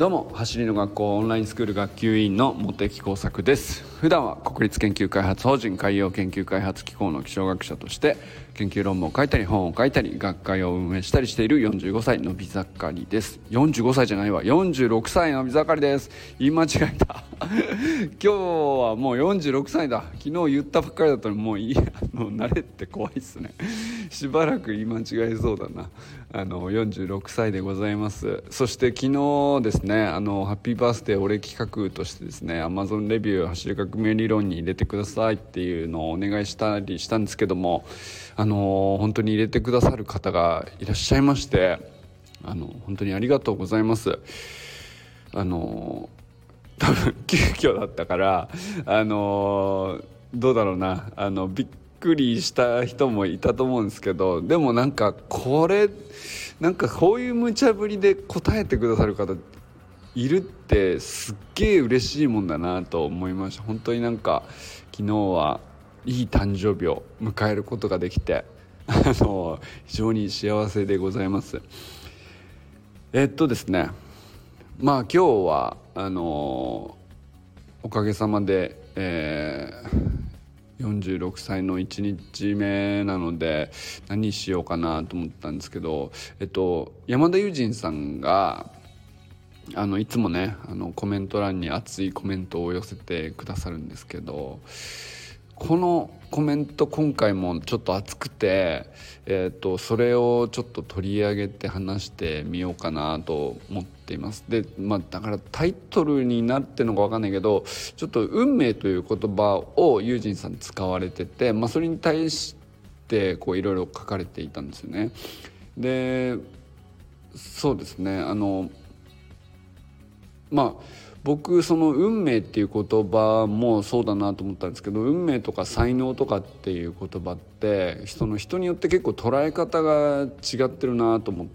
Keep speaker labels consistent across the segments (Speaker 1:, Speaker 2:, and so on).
Speaker 1: どうも、走りの学校オンラインスクール学級委員の茂木耕作です。普段は国立研究開発法人海洋研究開発機構の気象学者として研究論文を書いたり本を書いたり学会を運営したりしている45歳のび盛りです。45歳じゃないわ、46歳のび盛りです。言い間違えた今日はもう46歳だ。昨日言ったばっかりだったのにもういいや、慣れって怖いっすね。しばらく言い間違えそうだな。46歳でございます。そして昨日ですね、ハッピーバースデーお礼企画としてですね、 Amazon レビュー走り革命理論に入れてくださいっていうのをお願いしたりしたんですけども、本当に入れてくださる方がいらっしゃいまして、本当にありがとうございます。多分急遽だったからどうだろうな、びっくりした人もいたと思うんですけど、でもなんかこういう無茶ぶりで答えてくださる方いるってすっげえ嬉しいもんだなと思いました。本当になんか昨日はいい誕生日を迎えることができて非常に幸せでございます。ですね、まあ今日はおかげさまで、46歳の1日目なので何しようかなと思ったんですけど、山田友人さんがいつもねコメント欄に熱いコメントを寄せてくださるんですけど、このコメント今回もちょっと熱くて、それをちょっと取り上げて話してみようかなと思っています。で、だからタイトルになってるのか分かんないけど、ちょっと運命という言葉を友人さん使われてて、それに対してこういろいろ書かれていたんですよね。で、そうですね、僕その運命っていう言葉もそうだなと思ったんですけど、運命とか才能とかっていう言葉って人によって結構捉え方が違ってるなと思って、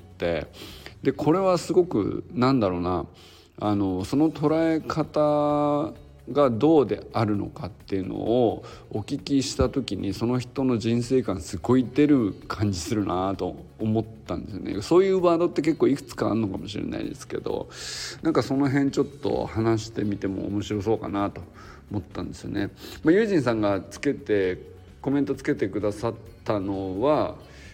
Speaker 1: でこれはすごくなんだろうな、その捉え方がどうであるのかっていうのをお聞きした時に、その人の人生観すごい出る感じするなと思ったんですよね。そういうワードって結構いくつかあるのかもしれないですけど、なんかその辺ちょっと話してみても面白そうかなと思ったんですよね。友人さんがコメントつけてくださったのは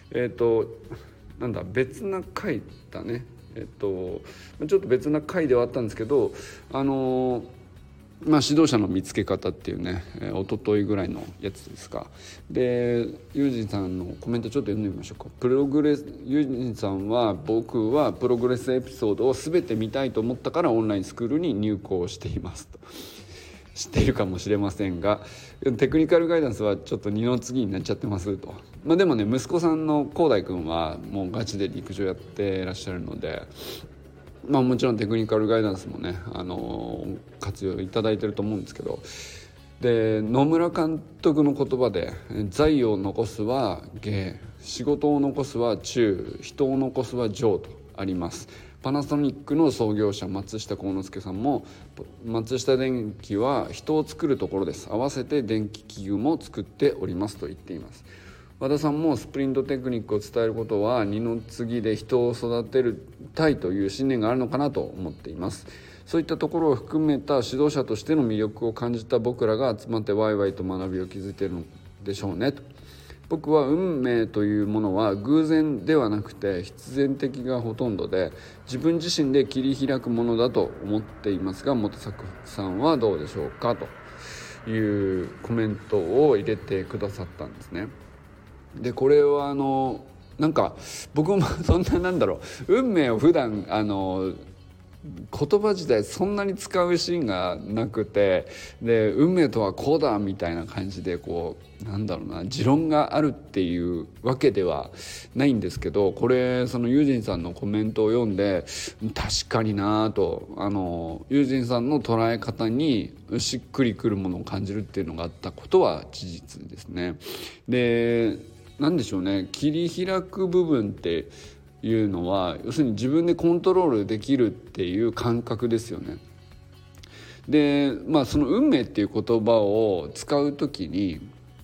Speaker 1: 別な回だね。ちょっと別な回ではあったんですけど、指導者の見つけ方っていうね、一昨日ぐらいのやつですか。で、友人さんのコメントちょっと読んでみましょうか。友人さんは、僕はプログレスエピソードを全て見たいと思ったからオンラインスクールに入校していますと。知っているかもしれませんが、テクニカルガイダンスはちょっと二の次になっちゃってますと。でもね、息子さんの広大君はもうガチで陸上やってらっしゃるので、もちろんテクニカルガイダンスもね、活用いただいてると思うんですけど、で野村監督の言葉で、財を残すは芸、仕事を残すは忠、人を残すは情とあります。パナソニックの創業者松下幸之助さんも、松下電器は人を作るところです、合わせて電気器具も作っておりますと言っています。和田さんもスプリントテクニックを伝えることは二の次で人を育てたいという信念があるのかなと思っています。そういったところを含めた指導者としての魅力を感じた僕らが集まってワイワイと学びを築いているのでしょうねと。僕は運命というものは偶然ではなくて必然的がほとんどで、自分自身で切り開くものだと思っていますが、元作さんはどうでしょうかというコメントを入れてくださったんですね。でこれはなんか僕もそんな運命を普段言葉自体そんなに使うシーンがなくて、で運命とはこうだみたいな感じで持論があるっていうわけではないんですけど、これその友人さんのコメントを読んで確かになと、友人さんの捉え方にしっくりくるものを感じるっていうのがあったことは事実ですね。でなんでしょうね、切り開く部分っていうのは要するに自分でコントロールできるっていう感覚ですよね。でその運命っていう言葉を使うときに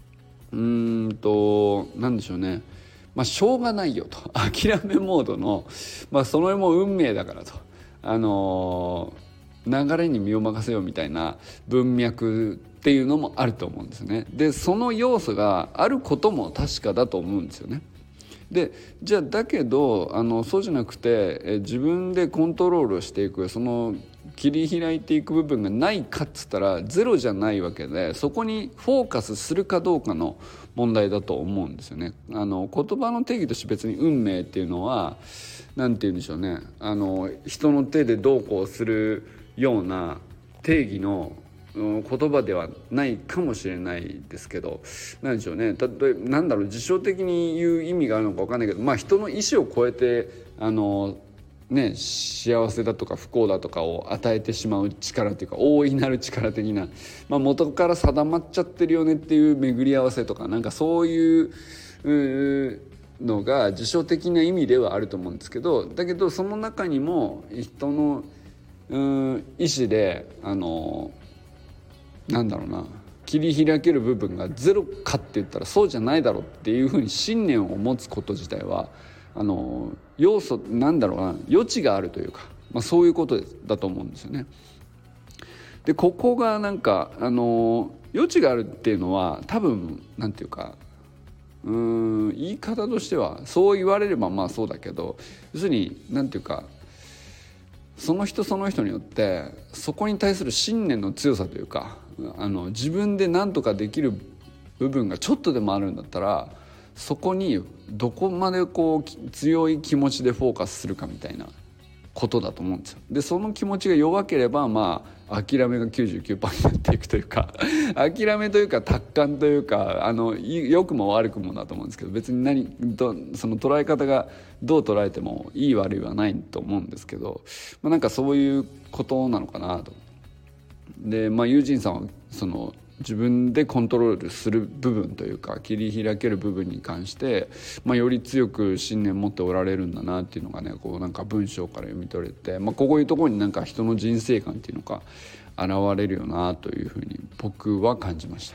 Speaker 1: なんでしょうね、しょうがないよと、諦めモードの、それも運命だからと、 流れに身を任せようみたいな文脈っていうのもあると思うんですね。でその要素があることも確かだと思うんですよね。でじゃあだけどそうじゃなくて自分でコントロールをしていくその切り開いていく部分がないかっつったらゼロじゃないわけで、そこにフォーカスするかどうかの問題だと思うんですよね。言葉の定義として別に運命っていうのはなんて言うんでしょうね、人の手でどうこうするような定義の言葉ではないかもしれないですけど、なんでしょうね、なんだろう、辞書的に言う意味があるのか分かんないけど、人の意思を超えて幸せだとか不幸だとかを与えてしまう力というか大いなる力的な、元から定まっちゃってるよねっていう巡り合わせとか、なんかそういうのが辞書的な意味ではあると思うんですけど、だけどその中にも人の意思でなんだろうな、切り開ける部分がゼロかって言ったらそうじゃないだろうっていうふうに信念を持つこと自体は要素なんだろうな、余地があるというか、そういうことだと思うんですよね。でここがなんか余地があるっていうのは多分なんていうか言い方としてはそう言われればそうだけど、要するになんていうかその人その人によってそこに対する信念の強さというか自分で何とかできる部分がちょっとでもあるんだったらそこにどこまで強い気持ちでフォーカスするかみたいなことだと思うんですよ。でその気持ちが弱ければ諦めが 99% になっていくというか諦めというか達観というか良くも悪くもだと思うんですけど、別にその捉え方がどう捉えてもいい悪いはないと思うんですけど、なんかそういうことなのかなと。でユージンさんはその自分でコントロールする部分というか切り開ける部分に関して、より強く信念を持っておられるんだなっていうのがね、なんか文章から読み取れて、こういうところになんか人の人生観っていうのが現れるよなというふうに僕は感じました。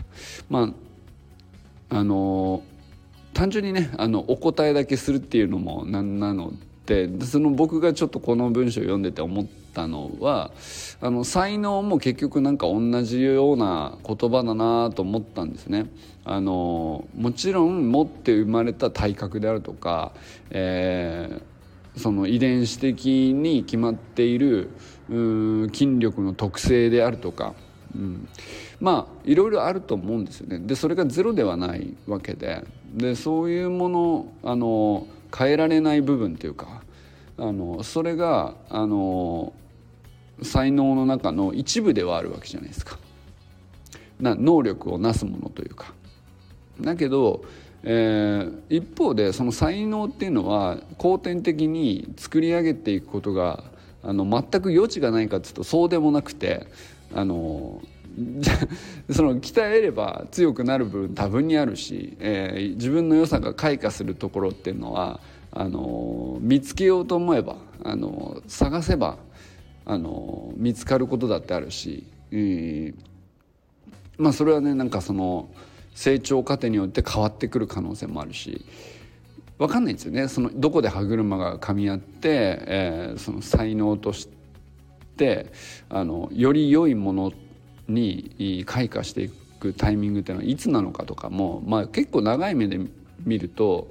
Speaker 1: 単純にねお答えだけするっていうのもなんなので、その僕がちょっとこの文章を読んでて思ったのは才能も結局なんか同じような言葉だなと思ったんですね。もちろん持って生まれた体格であるとか、その遺伝子的に決まっている筋力の特性であるとか、いろいろあると思うんですよね。でそれがゼロではないわけで、そういうもの変えられない部分というかそれが才能の中の一部ではあるわけじゃないですか。能力をなすものというか。だけど、一方でその才能っていうのは後天的に作り上げていくことが全く余地がないかっていうとそうでもなくてその鍛えれば強くなる部分多分にあるし、自分の良さが開花するところっていうのは見つけようと思えば探せば見つかることだってあるし、それはねなんかその成長過程によって変わってくる可能性もあるし分かんないんですよね。そのどこで歯車が噛み合って、その才能としてより良いものに開花していくタイミングっていうのはいつなのかとかも、結構長い目で見ると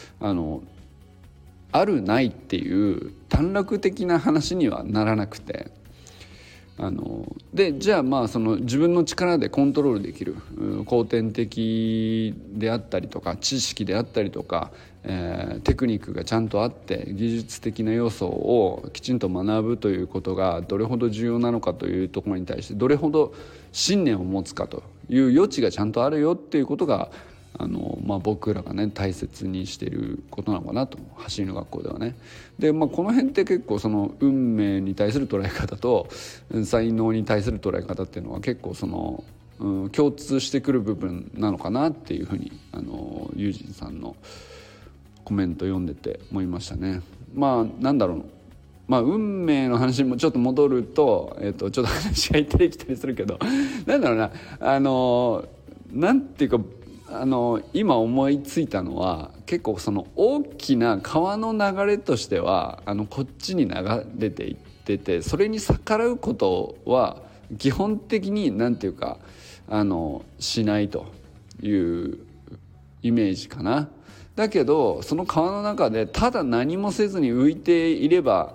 Speaker 1: あるないっていう短絡的な話にはならなくてでじゃあその自分の力でコントロールできる後天的であったりとか知識であったりとか、テクニックがちゃんとあって技術的な要素をきちんと学ぶということがどれほど重要なのかというところに対してどれほど信念を持つかという余地がちゃんとあるよっていうことが僕らがね大切にしていることなのかなと、走りの学校ではね。で、この辺って結構その運命に対する捉え方と才能に対する捉え方っていうのは結構その、共通してくる部分なのかなっていうふうにユージンさんのコメント読んでて思いましたね。なんだろう、運命の話にもちょっと戻ると、ちょっと話が行ったり来たりするけどなんだろうななんていうか今思いついたのは結構その大きな川の流れとしてはこっちに流れていっってて、それに逆らうことは基本的になんていうかしないというイメージかな。だけどその川の中でただ何もせずに浮いていれば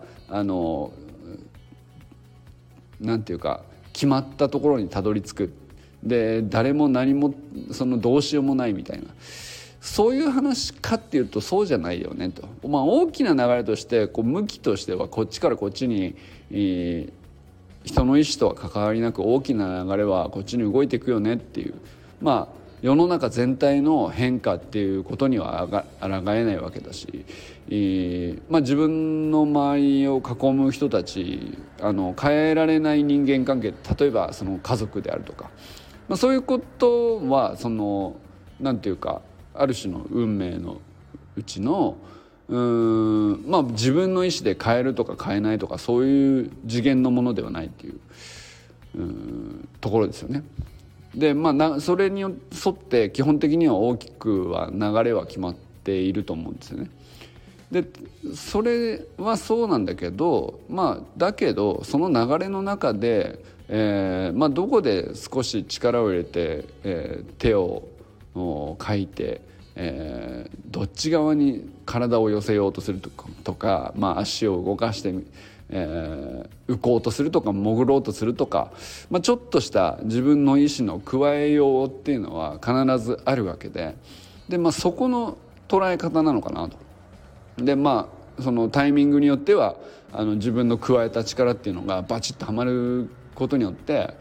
Speaker 1: なんていうか決まったところにたどり着く。で誰も何もどうしようもないみたいな、そういう話かっていうとそうじゃないよねと。大きな流れとして向きとしてはこっちからこっちに、人の意思とは関わりなく大きな流れはこっちに動いていくよねっていう、世の中全体の変化っていうことには抗えないわけだし、自分の周りを囲む人たち変えられない人間関係、例えばその家族であるとか、そういうことはなんていうかある種の運命のうちの自分の意思で変えるとか変えないとかそういう次元のものではないっていうところですよね。でそれに沿って基本的には大きくは流れは決まっていると思うんですよね。でそれはそうなんだけどだけどその流れの中で、どこで少し力を入れて、手をかいて、どっち側に体を寄せようとするとか、足を動かして浮こうとするとか潜ろうとするとか、ちょっとした自分の意思の加えようっていうのは必ずあるわけで、そこの捉え方なのかなと。でそのタイミングによっては自分の加えた力っていうのがバチッとはまることによって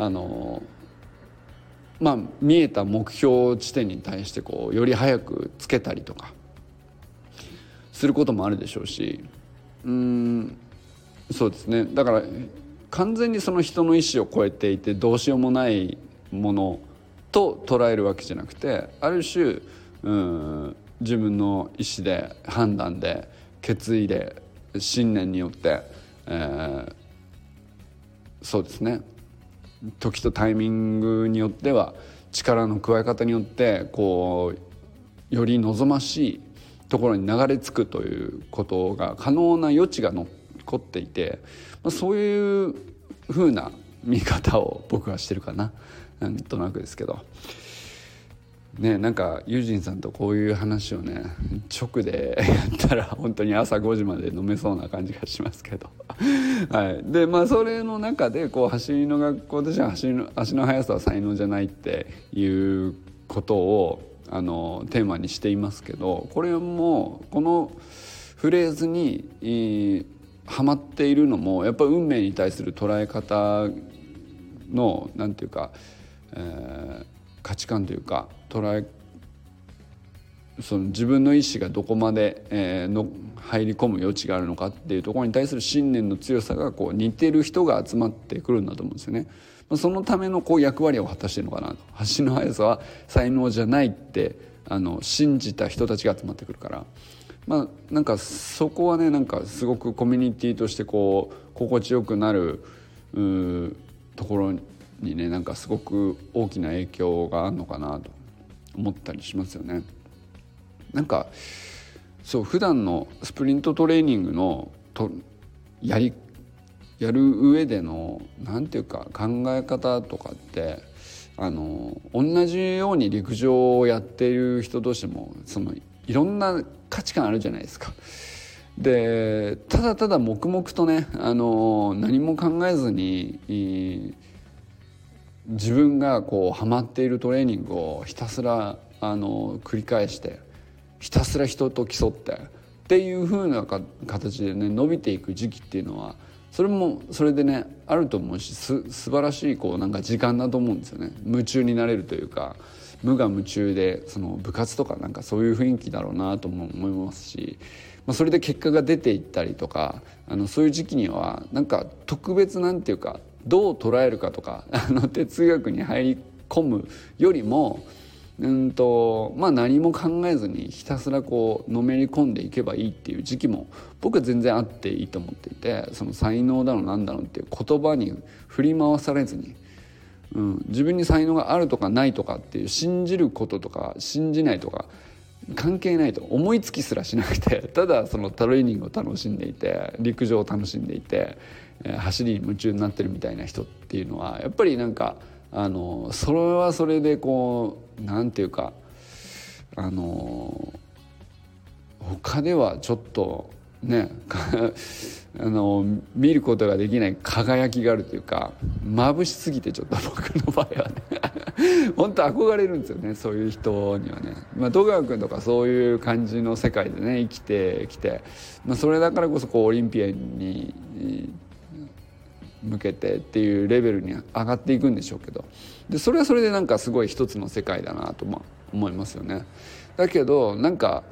Speaker 1: 見えた目標地点に対してより早くつけたりとかすることもあるでしょうし、そうですね。だから完全にその人の意思を超えていてどうしようもないものと捉えるわけじゃなくて、ある種自分の意思で判断で決意で信念によって、そうですね、時とタイミングによっては力の加え方によってより望ましいところに流れ着くということが可能な余地が残っていて、そういう風な見方を僕はしてるかな、なんとなくですけどね。なんかユージンさんとこういう話をね直でやったら本当に朝5時まで飲めそうな感じがしますけどはい。でそれの中で走りの学校としては足の速さは才能じゃないっていうことをテーマにしていますけど、これもこのフレーズにハマっているのもやっぱり運命に対する捉え方のなんていうか、価値観というかその自分の意思がどこまで、入り込む余地があるのかっていうところに対する信念の強さが似てる人が集まってくるんだと思うんですよね。そのための役割を果たしているのかなと。足の速さは才能じゃないって信じた人たちが集まってくるから、なんかそこはねなんかすごくコミュニティとして心地よくなるところにねなんかすごく大きな影響があるのかなと思ったりしますよね。なんかそう普段のスプリントトレーニングのやる上でのなんていうか考え方とかって同じように陸上をやっている人同士もいろんな価値観あるじゃないですか。でただただ黙々とね何も考えずに自分がハマっているトレーニングをひたすら繰り返してひたすら人と競っていう風な形でね伸びていく時期っていうのはそれもそれでねあると思うし素晴らしいなんか時間だと思うんですよね。夢中になれるというか無我夢中で部活とかなんかそういう雰囲気だろうなとも思いますし、それで結果が出ていったりとかそういう時期にはなんか特別なんていうかどう捉えるかとか哲学に入り込むよりも何も考えずにひたすらのめり込んでいけばいいっていう時期も僕は全然あっていいと思っていて、その才能だろうなんだろうっていう言葉に振り回されずに、自分に才能があるとかないとかっていう信じることとか信じないとか関係ないと、思いつきすらしなくて、ただそのトレーニングを楽しんでいて、陸上を楽しんでいて、走りに夢中になってるみたいな人っていうのはやっぱりなんかそれはそれでこうなんていうか他ではちょっとね見ることができない輝きがあるというか、眩しすぎてちょっと僕の場合はね本当憧れるんですよね、そういう人にはね。戸川君とかそういう感じの世界でね生きてきて、それだからこそこうオリンピアに向けてっていうレベルに上がっていくんでしょうけど、でそれはそれでなんかすごい一つの世界だなと思いますよね。だけどなんか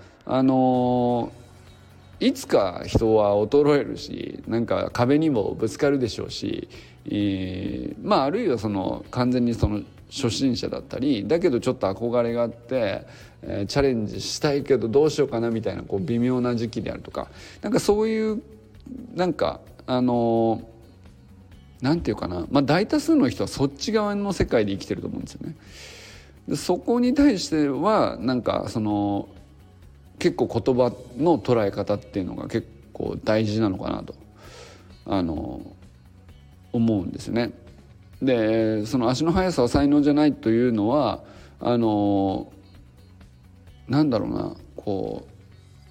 Speaker 1: いつか人は衰えるし、なんか壁にもぶつかるでしょうし、あるいはその完全にその初心者だったりだけどちょっと憧れがあって、チャレンジしたいけどどうしようかなみたいなこう微妙な時期であるとか、なんかそういうなんかなんていうかな、大多数の人はそっち側の世界で生きてると思うんですよね。でそこに対してはなんかその結構言葉の捉え方っていうのが結構大事なのかなと思うんですよね。でその足の速さは才能じゃないというのはなんだろうな、こう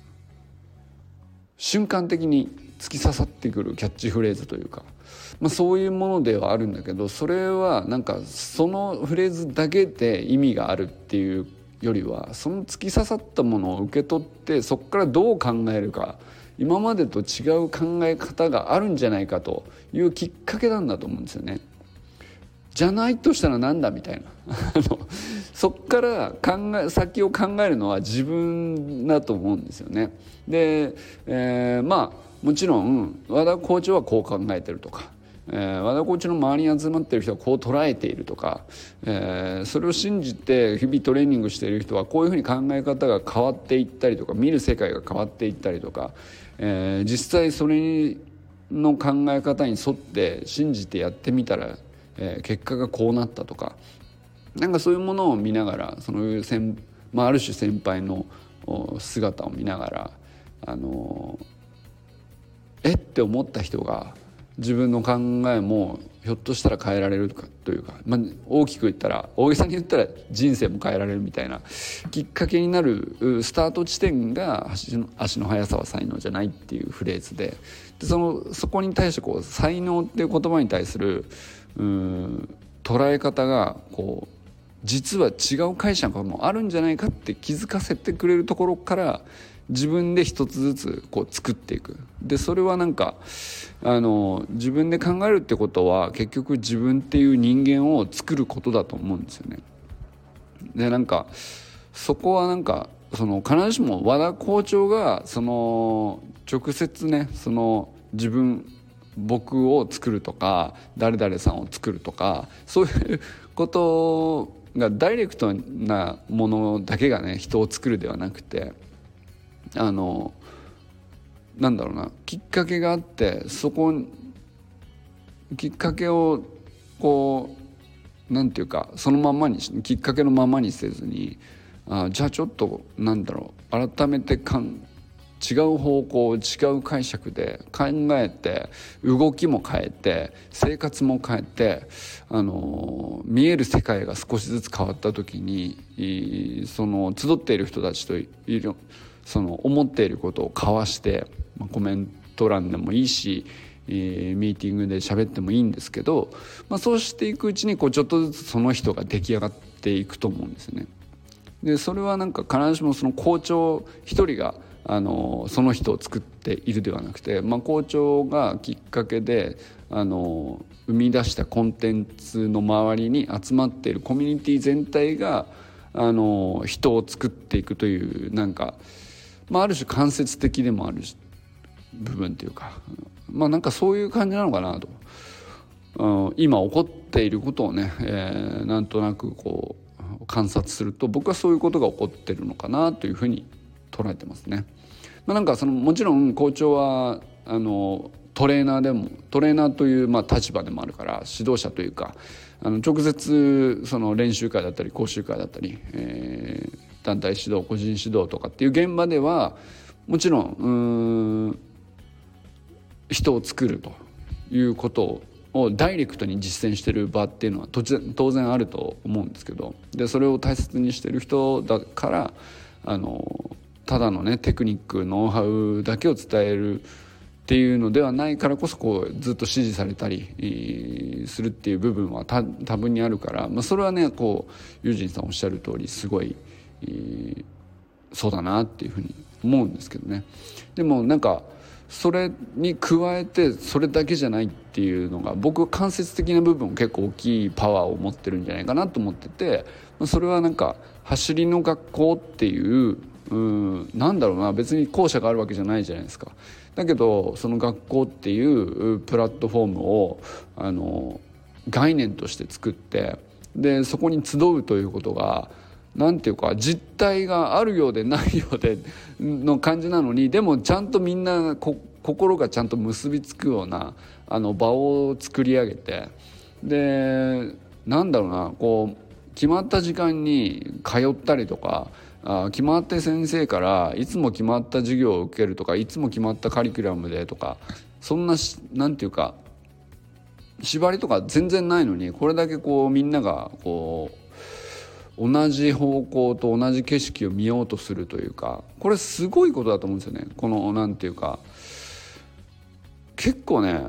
Speaker 1: 瞬間的に突き刺さってくるキャッチフレーズというか、そういうものではあるんだけど、それはなんかそのフレーズだけで意味があるっていうよりは、その突き刺さったものを受け取ってそこからどう考えるか、今までと違う考え方があるんじゃないかというきっかけなんだと思うんですよね。じゃないとしたらなんだみたいなそっから先を考えるのは自分だと思うんですよね。で、もちろん和田校長はこう考えてるとか、和田コーチの周りに集まっている人はこう捉えているとか、それを信じて日々トレーニングしている人はこういうふうに考え方が変わっていったりとか、見る世界が変わっていったりとか、実際それの考え方に沿って信じてやってみたら、結果がこうなったとか、なんかそういうものを見ながら、そのある種先輩の姿を見ながらって思った人が自分の考えもひょっとしたら変えられるかというか、大きく言ったら、大げさに言ったら人生も変えられるみたいなきっかけになるスタート地点が足の速さは才能じゃないっていうフレーズで、そこに対してこう才能っていう言葉に対する捉え方がこう実は違う解釈もあるんじゃないかって気づかせてくれるところから自分で一つずつこう作っていく。でそれはなんか自分で考えるってことは結局自分っていう人間を作ることだと思うんですよね。でなんかそこはなんかその必ずしも和田校長がその直接ねその僕を作るとか誰々さんを作るとかそういうことがダイレクトなものだけがね人を作るではなくて、なんだろうな、きっかけがあってそこきっかけをこうなんていうかそのままにきっかけのままにせずにじゃあちょっとなんだろう改めて違う方向違う解釈で考えて動きも変えて生活も変えて見える世界が少しずつ変わった時にその集っている人たちとその思っていることを交わしてコメント欄でもいいしミーティングで喋ってもいいんですけど、そうしていくうちにこうちょっとずつその人が出来上がっていくと思うんですね。でそれはなんか必ずしもその校長一人がその人を作っているではなくて、校長がきっかけで生み出したコンテンツの周りに集まっているコミュニティ全体が人を作っていくというなんか、ある種間接的でもある部分というか、なんかそういう感じなのかなと、今起こっていることをね、なんとなくこう観察すると僕はそういうことが起こっているのかなというふうに捉えてますね。なんかもちろん校長はトレーナーという立場でもあるから指導者というか直接その練習会だったり講習会だったり、 団体指導個人指導とかっていう現場ではもちろん人を作るということをダイレクトに実践してる場っていうのは当然あると思うんですけど、でそれを大切にしてる人だからただのねテクニックノウハウだけを伝えるっていうのではないからこそずっと支持されたりするっていう部分は多分にあるから、それはねユージンさんおっしゃる通りすごいそうだなっていうふうに思うんですけどね。でもなんかそれに加えてそれだけじゃないっていうのが僕は間接的な部分も結構大きいパワーを持ってるんじゃないかなと思ってて、それはなんか走りの学校っていうなんだろうな、別に校舎があるわけじゃないじゃないですか。だけどその学校っていうプラットフォームを概念として作って、でそこに集うということがなんていうか実態があるようでないようでの感じなのに、でもちゃんとみんな心がちゃんと結びつくような場を作り上げて、でなんだろうな決まった時間に通ったりとか決まって先生からいつも決まった授業を受けるとかいつも決まったカリキュラムでとか、そんななんていうか縛りとか全然ないのに、これだけみんなが同じ方向と同じ景色を見ようとするというか、これすごいことだと思うんですよね。なんていうか結構ね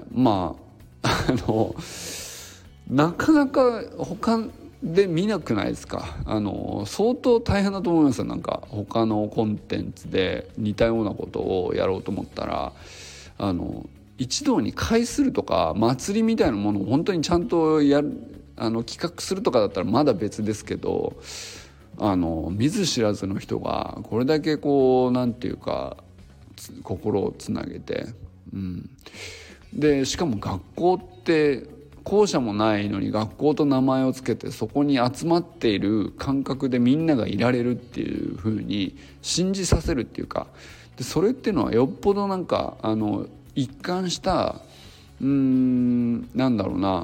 Speaker 1: なかなか他で見なくないですか。相当大変だと思いますよ。なんか他のコンテンツで似たようなことをやろうと思ったら一堂に会するとか祭りみたいなものを本当にちゃんと企画するとかだったらまだ別ですけど、見ず知らずの人がこれだけなんていうか心をつなげて、でしかも学校って校舎もないのに学校と名前をつけてそこに集まっている感覚でみんながいられるっていう風に信じさせるっていうか、でそれっていうのはよっぽどなんか一貫したなんだろうな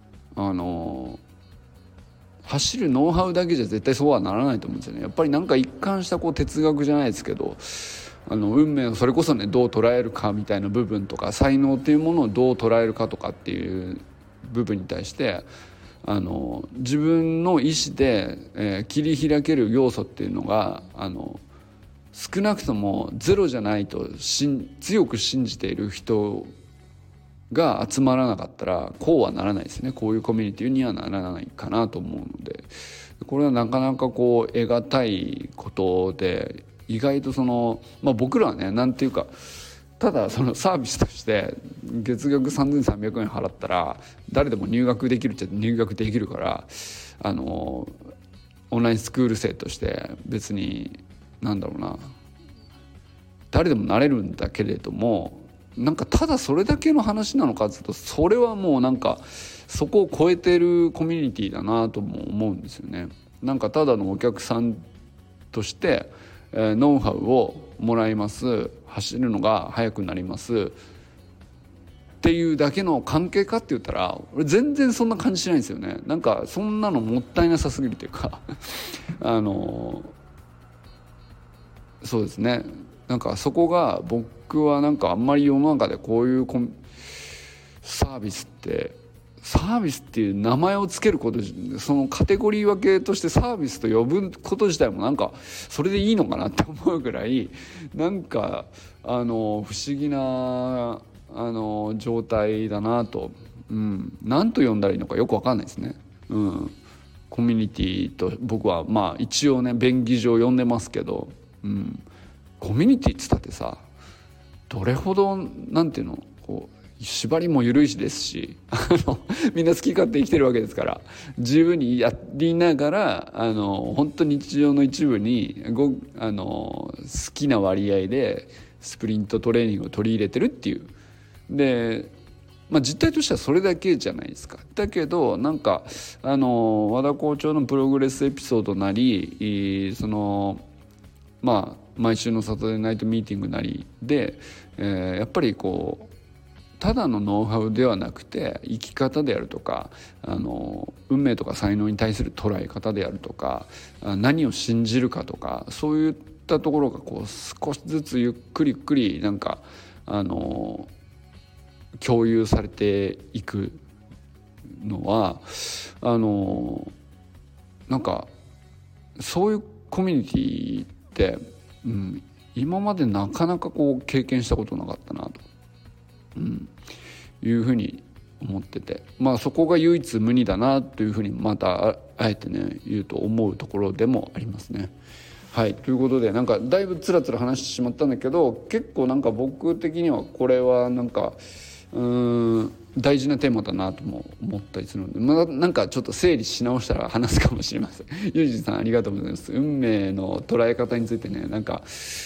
Speaker 1: 走るノウハウだけじゃ絶対そうはならないと思うんですよね。やっぱりなんか一貫した哲学じゃないですけど運命をそれこそねどう捉えるかみたいな部分とか才能っていうものをどう捉えるかとかっていう部分に対して自分の意思で、切り開ける要素っていうのが少なくともゼロじゃないと強く信じている人が集まらなかったらこうはならないですね。こういうコミュニティにはならないかなと思うので、これはなかなか得難いことで、意外と僕らはねなんていうかただそのサービスとして月額3300円払ったら誰でも入学できるっちゃ入学できるからオンラインスクール生として別になんだろうな誰でもなれるんだけれども、なんかただそれだけの話なのかというとそれはもうなんかそこを超えてるコミュニティだなとも思うんですよね。なんかただのお客さんとして、ノウハウをもらいます、走るのが速くなりますっていうだけの関係かって言ったら俺全然そんな感じしないんですよね。なんかそんなのもったいなさすぎるというかそうですね、なんかそこが僕はなんかあんまり世の中でこういうサービスっていう名前をつけること、そのカテゴリー分けとしてサービスと呼ぶこと自体もなんかそれでいいのかなって思うぐらいなんか不思議な状態だなと、何と呼んだらいいのかよく分かんないですね。コミュニティと僕は一応ね便宜上呼んでますけど、コミュニティっつったってさどれほどなんていうの縛りも緩いしですしみんな好き勝手生きてるわけですから自由にやりながら本当に日常の一部に好きな割合でスプリントトレーニングを取り入れてるっていうで、実態としてはそれだけじゃないですか。だけどなんか和田校長のプログレスエピソードなり毎週のサタデーナイトミーティングなりで、やっぱりただのノウハウではなくて生き方であるとか運命とか才能に対する捉え方であるとか何を信じるかとかそういったところがこう少しずつゆっくりゆっくりなんか共有されていくのはなんかそういうコミュニティって、今までなかなかこう経験したことなかったなと、いうふうに思ってて、そこが唯一無二だなというふうにまたあえてね言うと思うところでもありますね。はい、ということでなんかだいぶつらつら話してしまったんだけど、結構なんか僕的にはこれはなんか大事なテーマだなとも思ったりするので、なんかちょっと整理し直したら話すかもしれません。ゆうじさんありがとうございます。運命の捉え方についてねなんか、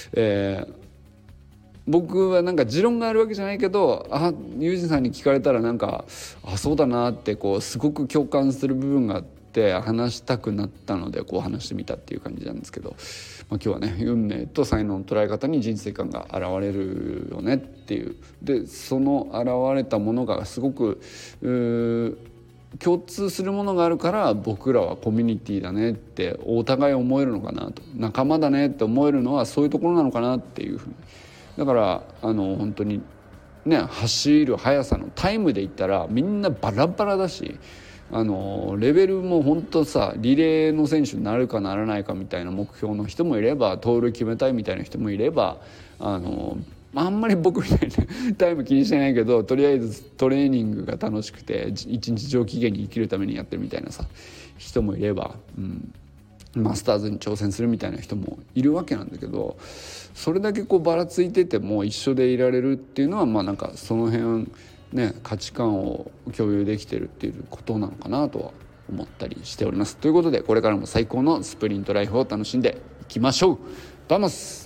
Speaker 1: 僕はなんか持論があるわけじゃないけどユージさんに聞かれたらなんかそうだなってこうすごく共感する部分があって話したくなったのでこう話してみたっていう感じなんですけど、今日はね運命と才能の捉え方に人生観が現れるよねっていう、でその現れたものがすごく共通するものがあるから僕らはコミュニティだねってお互い思えるのかなと、仲間だねって思えるのはそういうところなのかなっていうふうに。だから本当にね走る速さのタイムで言ったらみんなバラバラだしレベルも本当さリレーの選手になるかならないかみたいな目標の人もいれば盗塁決めたいみたいな人もいればあんまり僕みたいなタイム気にしてないけどとりあえずトレーニングが楽しくて一日上機嫌に生きるためにやってるみたいなさ人もいれば、マスターズに挑戦するみたいな人もいるわけなんだけど、それだけこうばらついてても一緒でいられるっていうのはなんかその辺ね価値観を共有できてるっていうことなのかなとは思ったりしております。ということでこれからも最高のスプリントライフを楽しんでいきましょう。バモス。